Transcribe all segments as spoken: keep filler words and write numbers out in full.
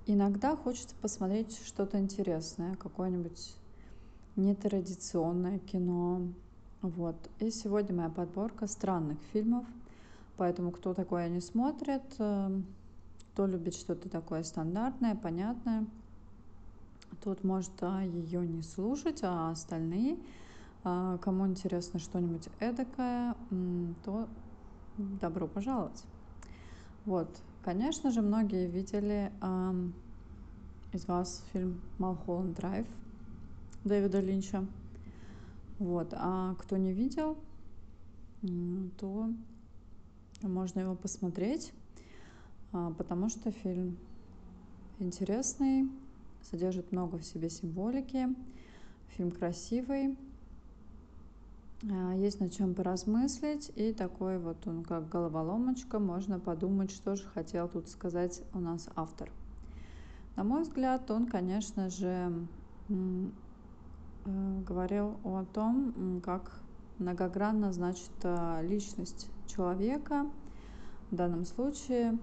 Иногда хочется посмотреть что-то интересное, какое-нибудь нетрадиционное кино. Вот. И сегодня моя подборка странных фильмов. Поэтому кто такое не смотрит, э, кто любит что-то такое стандартное, понятное, тот может а, ее не слушать, а остальные, а, кому интересно что-нибудь эдакое, м, то добро пожаловать. Вот. Конечно же, многие видели ам, из вас фильм «Малхолланд Драйв» Дэвида Линча. Вот. А кто не видел, м, то можно его посмотреть, а, потому что фильм интересный, содержит много в себе символики, фильм красивый, а, есть над чем поразмыслить, и такой вот он как головоломочка, можно подумать, что же хотел тут сказать у нас автор. На мой взгляд, он, конечно же, м, э, говорил о том, м, как многогранна, значит, а, личность человека, в данном случае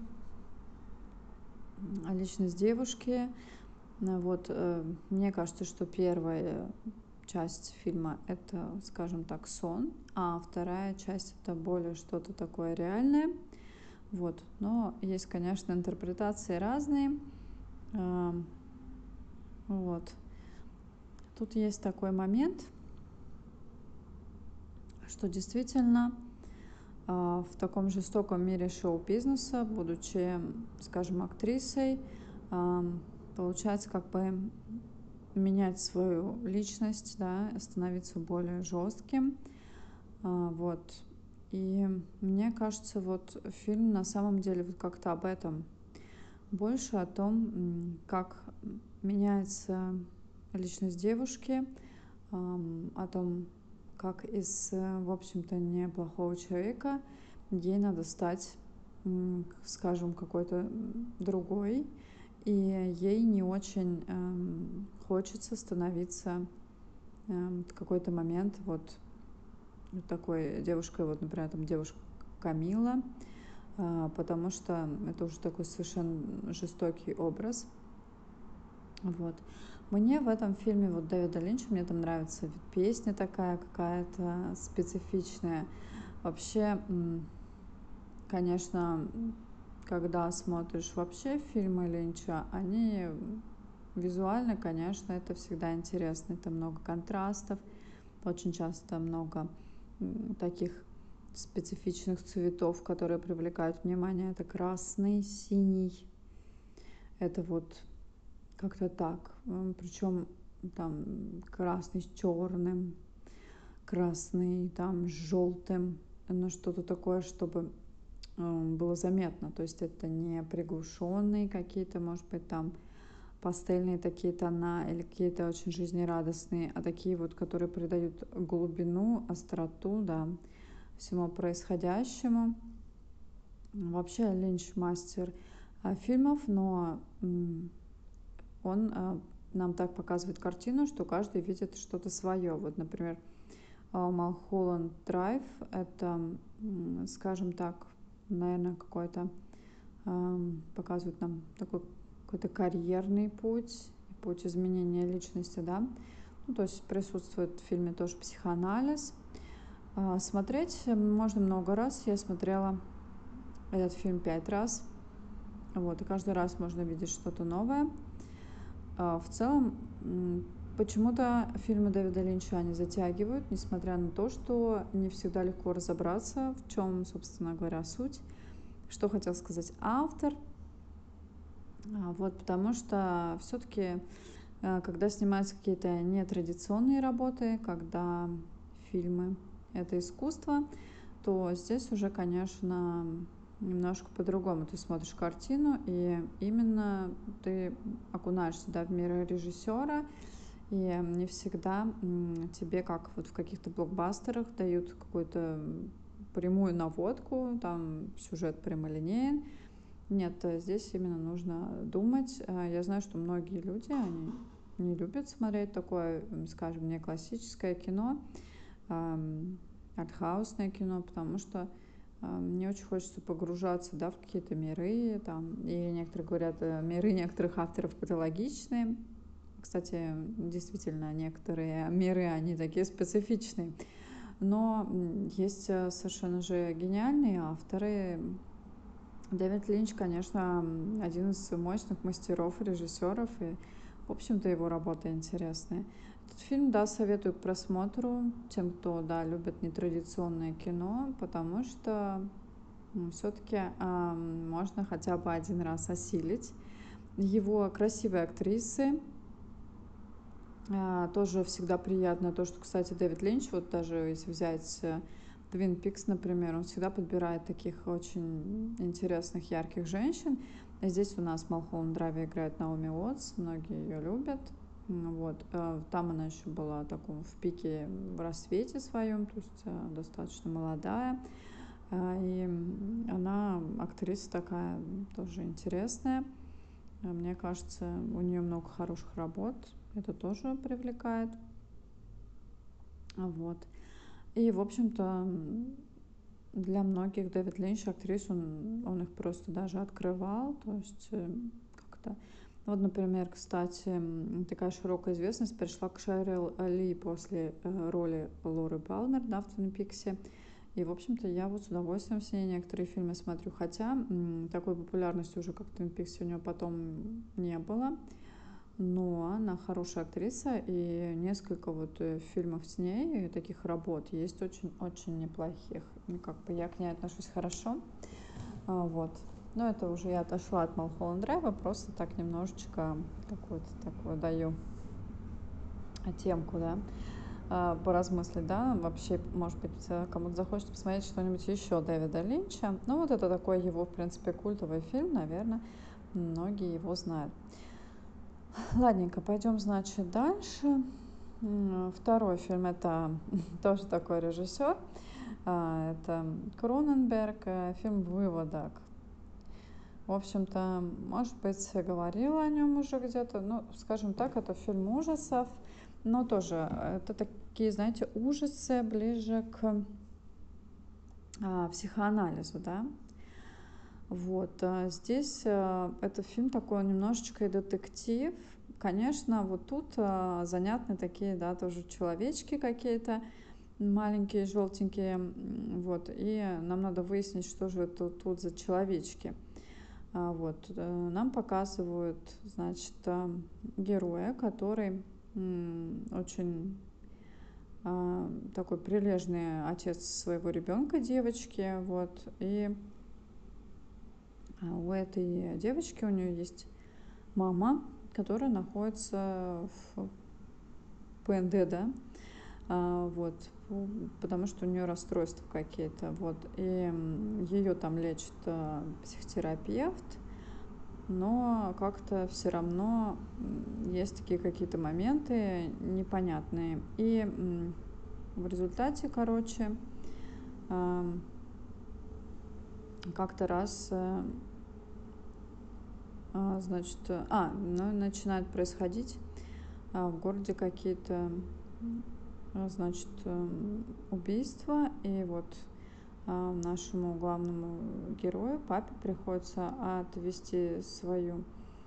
м, личность девушки. Ну вот, э, мне кажется, что первая часть фильма — это, скажем так, сон, а вторая часть — это более что-то такое реальное. Вот. Но есть, конечно, интерпретации разные. А, Вот. Тут есть такой момент, что действительно а, в таком жестоком мире шоу-бизнеса, будучи, скажем, актрисой, а, получается как бы менять свою личность, да, становиться более жестким. А, Вот. И мне кажется, вот фильм на самом деле вот как-то об этом. Больше о том, м, как меняется личность девушки, ам, о том, как из, э, в общем-то, неплохого человека ей надо стать, м, скажем, какой-то м, другой, и ей не очень эм, хочется становиться эм, в какой-то момент вот вот такой девушкой, вот, например, там девушка Камила, а, потому что это уже такой совершенно жестокий образ. Вот. Мне в этом фильме вот Дэвида Линча, мне там нравится ведь песня такая какая-то специфичная. Вообще, м, конечно, м, когда смотришь вообще фильмы Линча, они м, визуально, конечно, это всегда интересно. Это много контрастов, очень часто много м, таких специфичных цветов, которые привлекают внимание. Это красный, синий. Это вот как-то так. Причем там красный с черным, красный там с желтым. Ну, что-то такое, чтобы э, было заметно. То есть это не приглушенные какие-то, может быть, там пастельные такие тона или какие-то очень жизнерадостные, а такие вот, которые придают глубину, остроту, да, всему происходящему. Вообще Линч мастер а, фильмов, но м, он а, нам так показывает картину, что каждый видит что-то свое. Вот, например, Малхолланд Драйв — это, м, скажем так, наверное, какой-то ам, показывает нам такой какой-то карьерный путь, путь изменения личности, да. Ну, то есть присутствует в фильме тоже психоанализ. А, Смотреть можно много раз. Я смотрела этот фильм пять раз. Вот, и каждый раз можно видеть что-то новое. А, В целом, м, почему-то фильмы Дэвида Линча они затягивают, несмотря на то, что не всегда легко разобраться, в чем, собственно говоря, суть, что хотел сказать автор. А, Вот, потому что все-таки, когда снимаются какие-то нетрадиционные работы, когда фильмы — это искусство, то здесь уже, конечно, немножко по-другому. Ты смотришь картину, и именно ты окунаешься, да, в мир режиссера, и не всегда м, тебе, как вот в каких-то блокбастерах, дают какую-то прямую наводку, там сюжет прямолинеен. Нет, э, здесь именно нужно думать. Э, Я знаю, что многие люди, они не любят смотреть такое, м, скажем, не классическое кино, ам, артхаусное кино, потому что а, мне очень хочется погружаться, да, в какие-то миры, там, и некоторые говорят, э, миры некоторых авторов патологичные. Кстати, действительно, некоторые миры, они такие специфичные. Но есть э, совершенно же гениальные авторы. Дэвид Линч, конечно, один из мощных мастеров, режиссеров, и, в общем-то, его работа интересная. Этот фильм, да, советую к просмотру тем, кто, да, любит нетрадиционное кино, потому что все-таки э, можно хотя бы один раз осилить. Его красивые актрисы, э, тоже всегда приятно то, что, кстати, Дэвид Линч, вот даже если взять Твин Пикс, например, он всегда подбирает таких очень интересных, ярких женщин. И здесь у нас в Малхолланд Драйве играет Наоми Уотс, многие ее любят. Вот. Там она еще была в таком в пике, в рассвете своем, то есть достаточно молодая. И она актриса такая тоже интересная. Мне кажется, у нее много хороших работ. Это тоже привлекает. Вот. И, в общем-то, для многих Дэвид Линч, актрис, он, он их просто даже открывал. То есть как-то... Вот, например, кстати, такая широкая известность пришла к Шерил Ли после роли Лоры Палмер, да, в Твин Пиксе. И, в общем-то, я вот с удовольствием с ней некоторые фильмы смотрю. Хотя такой популярности уже, как в Твин Пиксе, у нее потом не было. Но она хорошая актриса, и несколько вот фильмов с ней, таких работ, есть очень-очень неплохих. И как бы я к ней отношусь хорошо. Вот. Но это уже я отошла от Малхолланд Драйва, просто так немножечко какую-то такую даю темку, да, поразмыслить, да, вообще, может быть, кому-то захочется посмотреть что-нибудь еще Дэвида Линча. Ну, вот это такой его, в принципе, культовый фильм, наверное, многие его знают. Ладненько, пойдем, значит, дальше. Второй фильм, это тоже такой режиссер, это Кроненберг, фильм «Выводок». В общем-то, может быть, говорила о нем уже где-то, ну, скажем так, это фильм ужасов, но тоже это такие, знаете, ужасы ближе к а, психоанализу, да. Вот, здесь э, этот фильм такой немножечко и детектив. Конечно, вот тут э, занятны такие, да, тоже человечки какие-то маленькие, желтенькие, вот, и нам надо выяснить, что же это тут за человечки. А, вот, э, нам показывают, значит, э, героя, который м, очень э, такой прилежный отец своего ребенка, девочки, вот, и у этой девочки, у нее есть мама, которая находится в ПНД, да, а, вот, потому что у нее расстройства какие-то, вот, и ее там лечит психотерапевт, но как-то все равно есть такие какие-то моменты непонятные, и в результате, короче, как-то раз значит, а, ну, начинают происходить а, в городе какие-то, значит, убийства, и вот а, нашему главному герою, папе, приходится отвезти свою,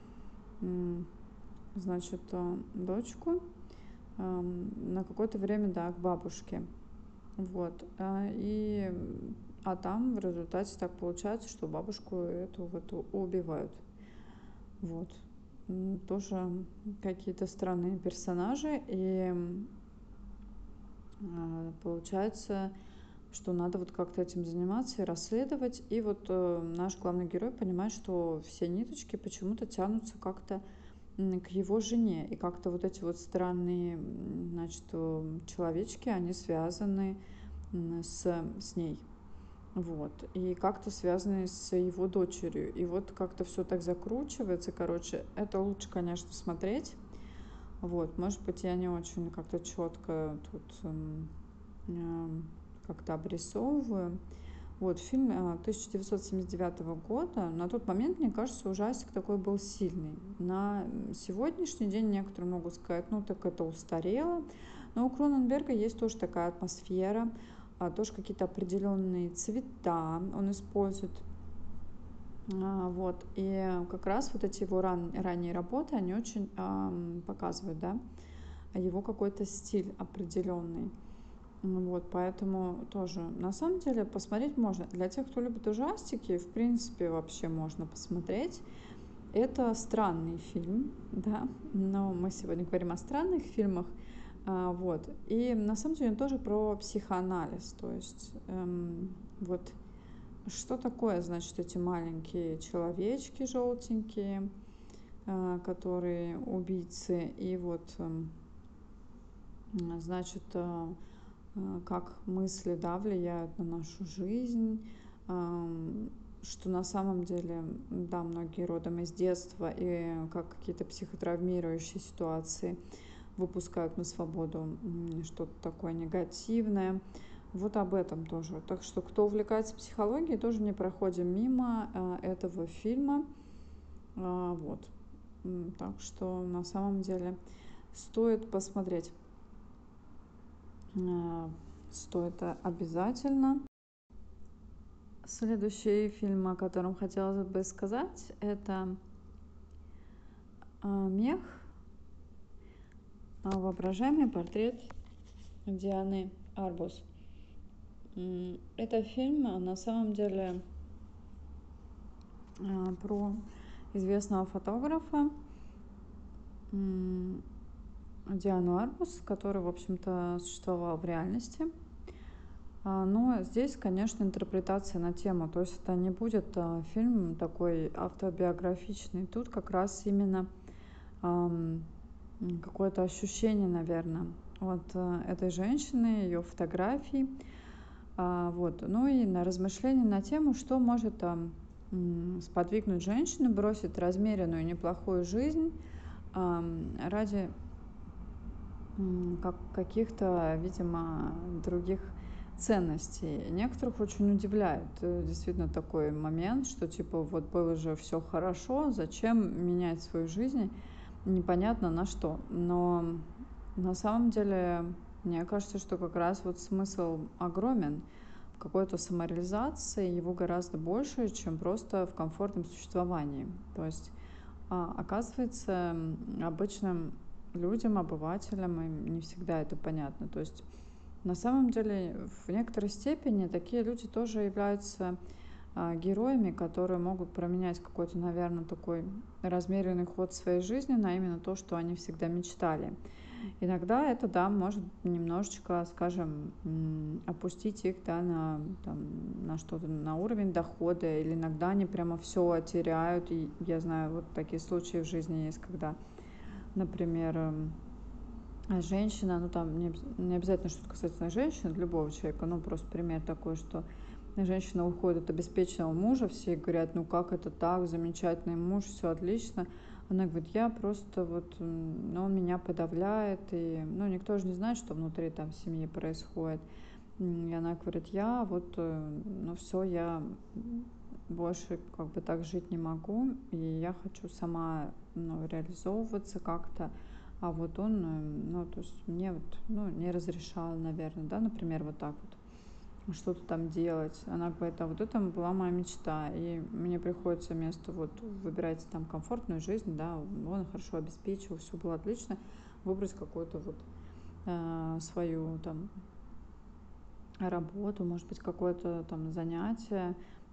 значит, дочку на какое-то время, да, к бабушке, вот, и, а там в результате так получается, что бабушку эту вот убивают. Вот. Тоже какие-то странные персонажи, и получается, что надо вот как-то этим заниматься и расследовать. И вот наш главный герой понимает, что все ниточки почему-то тянутся как-то к его жене, и как-то вот эти вот странные, значит, человечки, они связаны с, с ней. Вот, и как-то связаны с его дочерью. И вот как-то все так закручивается. Короче, это лучше, конечно, смотреть. Вот, может быть, я не очень как-то четко тут э, как-то обрисовываю. Вот, фильм тысяча девятьсот семьдесят девятого года. На тот момент, мне кажется, ужастик такой был сильный. На сегодняшний день некоторые могут сказать, ну так это устарело. Но у Кроненберга есть тоже такая атмосфера. тоже какие-то определенные цвета он использует. Вот. И как раз вот эти его ран, ранние работы, они очень э, показывают, да, его какой-то стиль определенный. Вот, поэтому тоже, на самом деле, посмотреть можно. Для тех, кто любит ужастики, в принципе, вообще можно посмотреть. Это странный фильм, да, но мы сегодня говорим о странных фильмах. А, вот. И на самом деле он тоже про психоанализ. То есть эм, вот что такое, значит, эти маленькие человечки желтенькие, э, которые убийцы, и вот, э, значит, э, как мысли, да, влияют на нашу жизнь, э, что на самом деле, да, многие родом из детства, и как какие-то психотравмирующие ситуации выпускают на свободу что-то такое негативное. Вот об этом тоже. Так что, кто увлекается психологией, тоже не проходим мимо э, этого фильма. Э, вот. Так что, на самом деле, стоит посмотреть. Э, стоит обязательно. Следующий фильм, о котором хотелось бы сказать, это «Мех. Воображаемый портрет Дианы Арбус». Это фильм на самом деле про известного фотографа Диану Арбус, который, в общем-то, существовал в реальности. Но здесь, конечно, интерпретация на тему, то есть это не будет фильм такой автобиографичный. Тут как раз именно какое-то ощущение, наверное, от этой женщины, ее фотографий. Вот. Ну и на размышление на тему, что может сподвигнуть женщину бросить размеренную неплохую жизнь ради каких-то, видимо, других ценностей. Некоторых очень удивляет действительно такой момент, что типа вот было же все хорошо, зачем менять свою жизнь, непонятно на что. Но на самом деле мне кажется, что как раз вот смысл огромен в какой-то самореализации, его гораздо больше, чем просто в комфортном существовании. То есть оказывается, обычным людям, обывателям, им не всегда это понятно. То есть на самом деле в некоторой степени такие люди тоже являются а, героями, которые могут променять какой-то, наверное, такой размеренный ход своей жизни на именно то, что они всегда мечтали. Иногда это, да, может немножечко, скажем, опустить их, да, на, там, на что-то, на уровень дохода, или иногда они прямо все теряют. И я знаю, вот такие случаи в жизни есть, когда, например, женщина, ну там не, не обязательно что-то касательно женщины, любого человека, ну просто пример такой, что женщина уходит от обеспеченного мужа, все говорят, ну как это так, замечательный муж, все отлично. Она говорит, я просто вот, ну, он меня подавляет, и, ну, никто же не знает, что внутри там в семье происходит. И она говорит, я вот, ну, все, я больше как бы так жить не могу, и я хочу сама, ну, реализовываться как-то. А вот он, ну, то есть мне вот, ну, не разрешал, наверное, да, например, вот так вот что-то там делать. Она говорит, а вот это была моя мечта, и мне приходится вместо вот выбирать там комфортную жизнь, да, он хорошо обеспечивал, все было отлично, выбрать какую-то вот э, свою там работу, может быть, какое-то там занятие,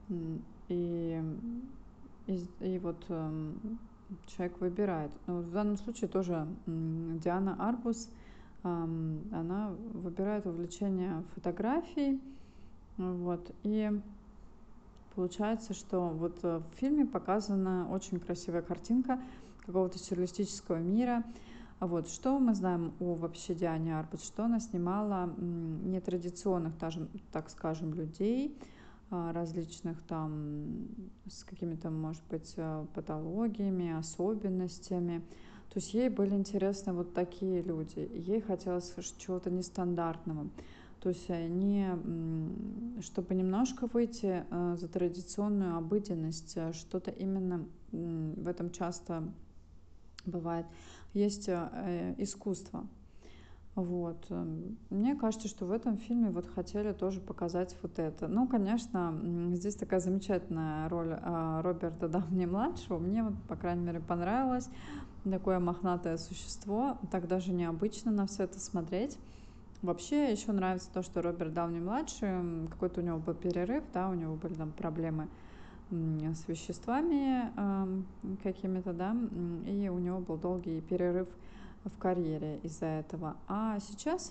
и, и, и вот э, человек выбирает. Но в данном случае тоже э, Диана Арбус, э, она выбирает увлечение фотографией. Вот. И получается, что вот в фильме показана очень красивая картинка какого-то сюрреалистического мира. Вот. Что мы знаем о вообще Диане Арбус? Что она снимала нетрадиционных, так скажем, людей, различных там с какими-то, может быть, патологиями, особенностями. То есть ей были интересны вот такие люди. Ей хотелось чего-то нестандартного. То есть не, чтобы немножко выйти за традиционную обыденность, что-то именно в этом часто бывает. Есть искусство. Вот. эм, Мне кажется, что в этом фильме вот хотели тоже показать вот это. Ну, конечно, м, здесь такая замечательная роль а, Роберта Дауни-младшего. Мне вот, по крайней мере, понравилось. Такое мохнатое существо. Так даже необычно на все это смотреть. Вообще, еще нравится то, что Роберт Дауни-младший, м, какой-то у него был перерыв, да, у него были там проблемы м, с веществами ам, какими-то, да, м, и у него был долгий перерыв в карьере из-за этого. А сейчас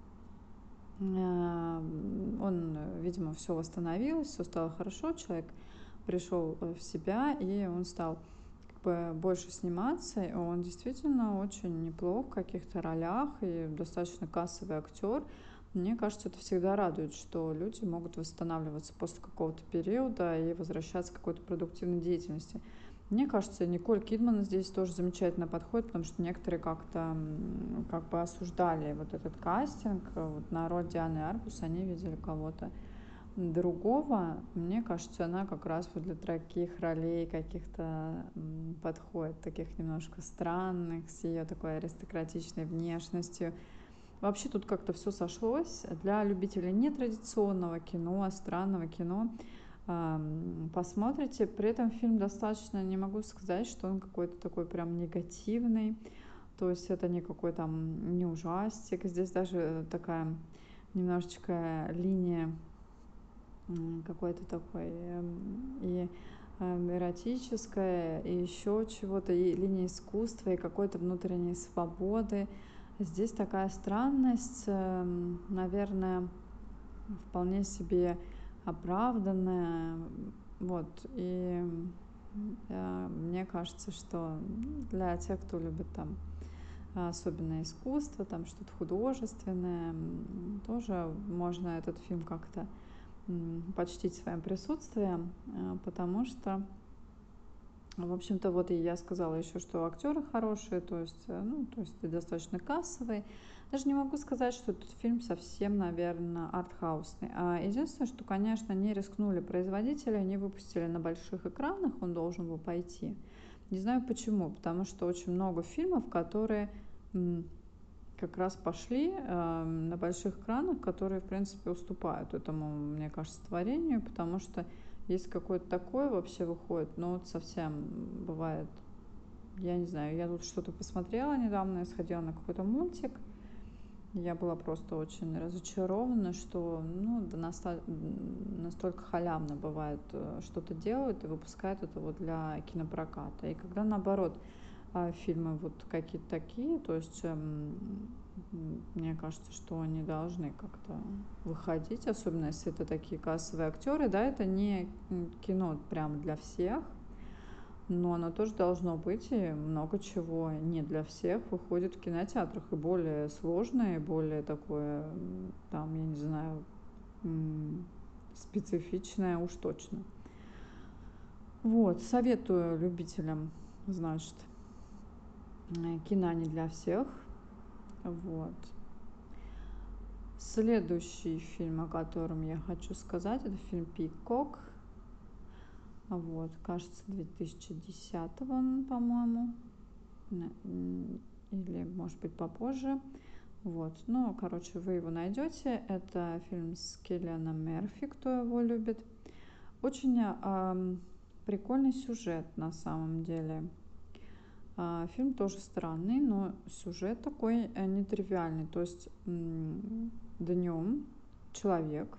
а, он, видимо, все восстановилось, все стало хорошо, человек пришел в себя, и он стал как бы больше сниматься, и он действительно очень неплох в каких-то ролях и достаточно кассовый актер. Мне кажется, это всегда радует, что люди могут восстанавливаться после какого-то периода и возвращаться к какой-то продуктивной деятельности. Мне кажется, Николь Кидман здесь тоже замечательно подходит, потому что некоторые как-то как бы осуждали вот этот кастинг. Вот на роль Дианы Арбус они видели кого-то другого. Мне кажется, она как раз вот для таких ролей каких-то подходит, таких немножко странных, с ее такой аристократичной внешностью. Вообще тут как-то все сошлось. Для любителей нетрадиционного кино, странного кино посмотрите. При этом фильм достаточно, не могу сказать, что он какой-то такой прям негативный. То есть это не какой там не ужастик. Здесь даже такая немножечко линия какой-то такой и эротическая, и еще чего-то, и линия искусства, и какой-то внутренней свободы. Здесь такая странность, наверное, вполне себе оправданная. Вот. И мне кажется, что для тех, кто любит там особенно искусство, там что-то художественное, тоже можно этот фильм как-то почтить своим присутствием, потому что, в общем-то, вот и я сказала еще, что актеры хорошие, то есть, ну, то есть достаточно кассовый. Даже не могу сказать, что этот фильм совсем, наверное, артхаусный. А единственное, что, конечно, не рискнули производители, они выпустили на больших экранах, он должен был пойти. Не знаю почему, потому что очень много фильмов, которые как раз пошли э, на больших экранах, которые, в принципе, уступают этому, мне кажется, творению, потому что есть какое-то такое вообще выходит, но вот совсем бывает, я не знаю, я тут что-то посмотрела недавно, я сходила на какой-то мультик, я была просто очень разочарована, что ну, да настолько халявно бывает, что-то делают и выпускают это вот для кинопроката. И когда наоборот фильмы вот какие-то такие, то есть мне кажется, что они должны как-то выходить, особенно если это такие кассовые актеры, да, это не кино прям для всех, но оно тоже должно быть, и много чего не для всех выходит в кинотеатрах, и более сложное, и более такое, там, я не знаю, специфичное уж точно. Вот, советую любителям, значит, кино не для всех. Вот. Следующий фильм, о котором я хочу сказать, это фильм «Пикок». Вот, кажется, две тысячи десятого он, по-моему, или, может быть, попозже. Вот, ну, короче, вы его найдете. Это фильм с Киллианом Мерфи, кто его любит. Очень э, прикольный сюжет на самом деле. Э, фильм тоже странный, но сюжет такой э, нетривиальный. То есть э, днем человек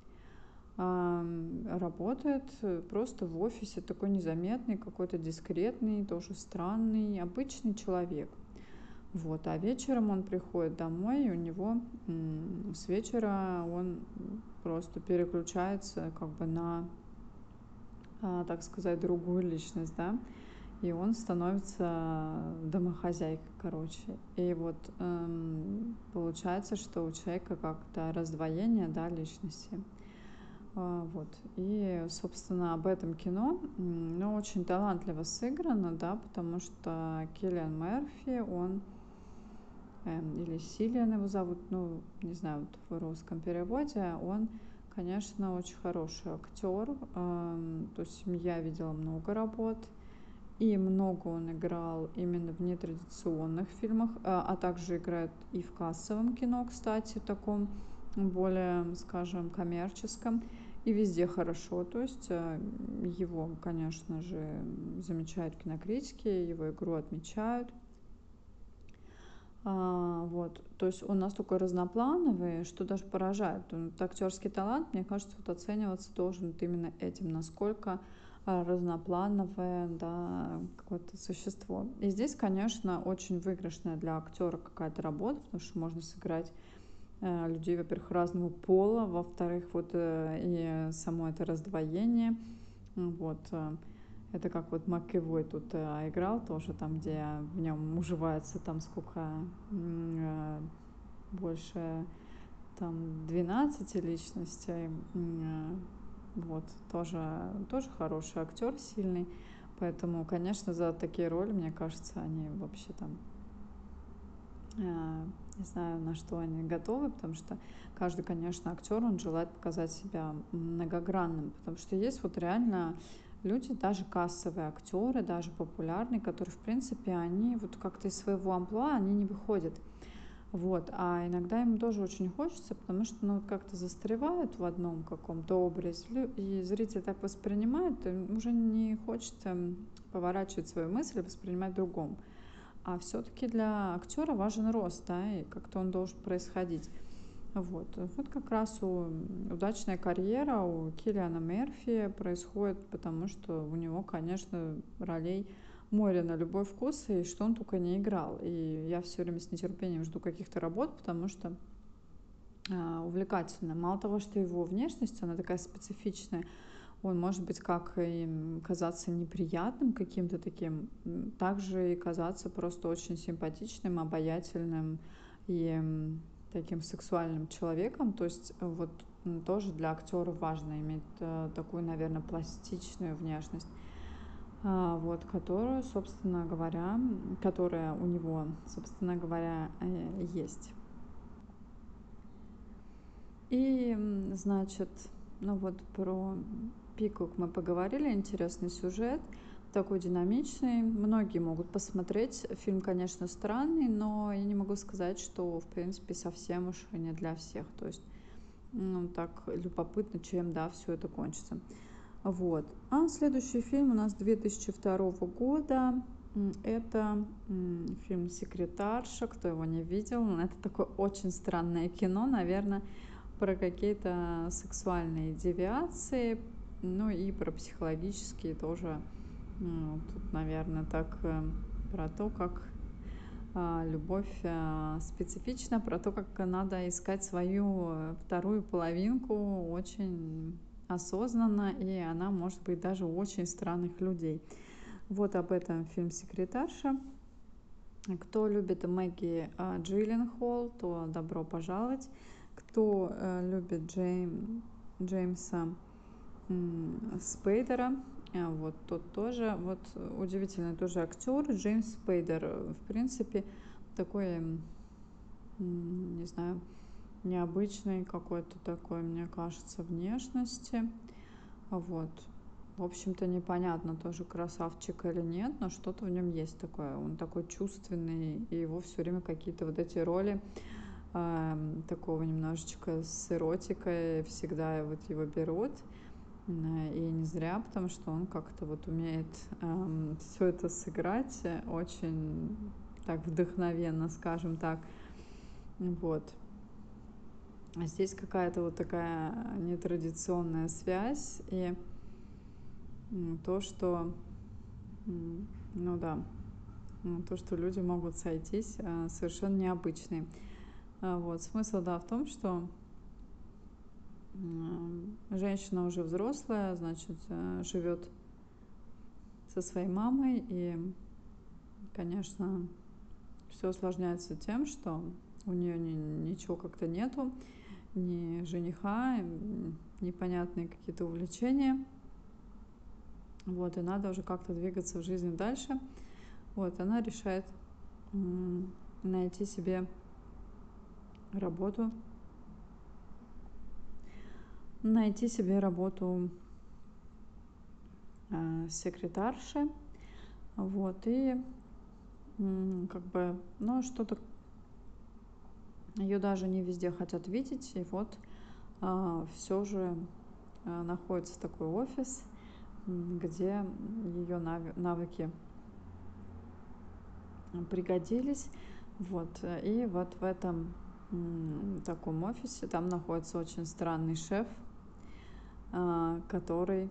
э, работает просто в офисе, такой незаметный, какой-то дискретный, тоже странный, обычный человек. Вот, а вечером он приходит домой, и у него м, с вечера он просто переключается как бы на, а, так сказать, другую личность, да, и он становится домохозяйкой, короче. И вот эм, получается, что у человека как-то раздвоение, да, личности. А, вот. И, собственно, об этом кино, ну, очень талантливо сыграно, да, потому что Киллиан Мерфи, он или Силиан его зовут, ну, не знаю, вот в русском переводе, он, конечно, очень хороший актер, то есть я видела много работ, И много он играл именно в нетрадиционных фильмах, а, а также играет и в кассовом кино, кстати, таком более, скажем, коммерческом. И везде хорошо. То есть э, его, конечно же, замечают кинокритики, его игру отмечают. А, вот, то есть он настолько разноплановый, что даже поражает. Он, вот актерский талант, мне кажется, вот оцениваться должен вот именно этим, насколько а, разноплановое, да, какое-то существо. И здесь, конечно, очень выигрышная для актера какая-то работа, потому что можно сыграть э, людей, во-первых, разного пола, во-вторых, вот э, и само это раздвоение, вот. Э, это как вот Макэвой тут э, играл тоже, там, где в нем уживается там сколько, э, больше там двенадцати личностей. Э, вот, тоже, тоже хороший актер, сильный. Поэтому, конечно, за такие роли, мне кажется, они вообще там, э, не знаю, на что они готовы, потому что каждый, конечно, актер, он желает показать себя многогранным, потому что есть вот реально люди, даже кассовые актеры, даже популярные, которые, в принципе, они вот как-то из своего амплуа, они не выходят. Вот, а иногда им тоже очень хочется, потому что, ну, как-то застревают в одном каком-то образе, и зритель так воспринимает, и уже не хочется поворачивать свою мысль и воспринимать в другом. А все-таки для актера важен рост, да, и как-то он должен происходить. Вот. Вот как раз у, удачная карьера у Киллиана Мерфи происходит, потому что у него, конечно, ролей море на любой вкус, и что он только не играл. И я все время с нетерпением жду каких-то работ, потому что а, увлекательно. Мало того, что его внешность, она такая специфичная, он может быть как и казаться неприятным каким-то таким, также и казаться просто очень симпатичным, обаятельным и таким сексуальным человеком. То есть вот тоже для актера важно иметь э, такую, наверное, пластичную внешность, а, вот, которую, собственно говоря, которая у него, собственно говоря, э, есть. И, значит, ну вот про Пикок мы поговорили, интересный сюжет, такой динамичный. Многие могут посмотреть. Фильм, конечно, странный, но я не могу сказать, что, в принципе, совсем уж не для всех. То есть, ну, так любопытно, чем, да, все это кончится. Вот. А следующий фильм у нас две тысячи второго года. Это фильм «Секретарша». Кто его не видел? Это такое очень странное кино, наверное, про какие-то сексуальные девиации, ну и про психологические тоже. Ну, тут, наверное, так э, про то, как а, любовь а, специфична, про то, как надо искать свою э, вторую половинку очень осознанно, и она может быть даже у очень странных людей. Вот об этом фильм «Секретарша». Кто любит Мэгги а, Джилленхол, то добро пожаловать. Кто э, любит Джейм, Джеймса м, Спейдера, э, вот тот тоже, вот удивительный тоже актер Джеймс Спейдер. В принципе, такой, м, не знаю, необычный какой-то такой, мне кажется, внешности. Вот. В общем-то, непонятно, тоже красавчик или нет, но что-то в нем есть такое. Он такой чувственный, и его все время какие-то вот эти роли э, такого немножечко с эротикой всегда вот его берут. И не зря, потому что он как-то вот умеет э, все это сыграть очень так вдохновенно, скажем так. Вот. А здесь какая-то вот такая нетрадиционная связь, и то, что, ну да, то, что люди могут сойтись, совершенно необычные. Вот. Смысл, да, в том, что женщина уже взрослая, значит, живет со своей мамой, и, конечно, все усложняется тем, что у нее ни, ничего как-то нету, ни жениха, непонятные какие-то увлечения. Вот, и надо уже как-то двигаться в жизни дальше. Вот, она решает м, найти себе работу, найти себе работу э, секретарши. Вот, и м, как бы, ну, что-то ее даже не везде хотят видеть, и вот все же а, находится такой офис, м, где ее навыки пригодились. Вот, э, и вот в этом м, таком офисе там находится очень странный шеф, а, который,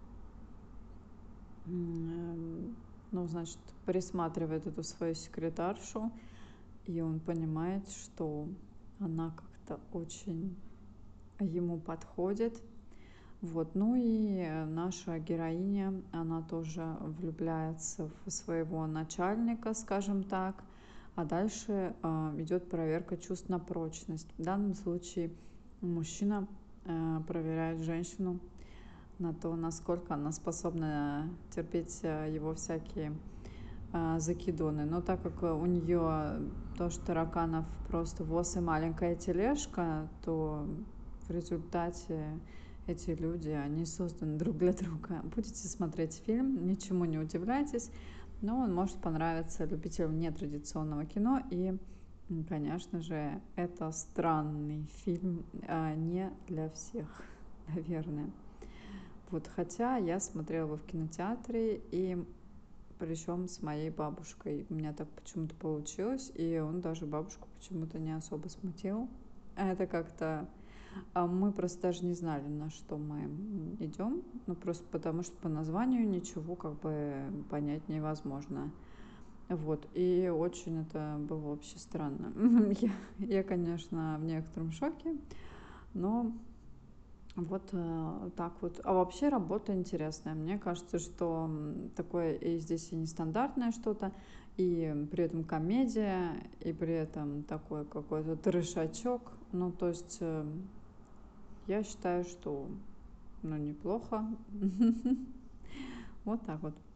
м, ну, значит, присматривает эту свою секретаршу, и он понимает, что она как-то очень ему подходит. Вот, ну и э, наша героиня, она тоже влюбляется в своего начальника, скажем так, а дальше а, идет проверка чувств на прочность. В данном случае мужчина а, проверяет женщину на то, насколько она способна терпеть а, его всякие а, закидоны. Но так как у нее тоже тараканов просто воз и маленькая тележка, то в результате эти люди, они созданы друг для друга. Будете смотреть фильм, ничему не удивляйтесь, но он может понравиться любителям нетрадиционного кино. И, конечно же, это странный фильм, а не для всех, наверное. Вот, хотя я смотрела его в кинотеатре, и причем с моей бабушкой. У меня так почему-то получилось, и он даже бабушку почему-то не особо смутил. Это как-то... А мы просто даже не знали, на что мы идем, ну просто потому что по названию ничего как бы понять невозможно. Вот, и очень это было вообще странно. Я, я, конечно, в некотором шоке, но вот э, так вот. А вообще работа интересная. Мне кажется, что м, такое и здесь и нестандартное что-то, и при этом комедия, и при этом такой какой-то трешачок. Ну, то есть э, я считаю, что ну, неплохо. Вот так вот.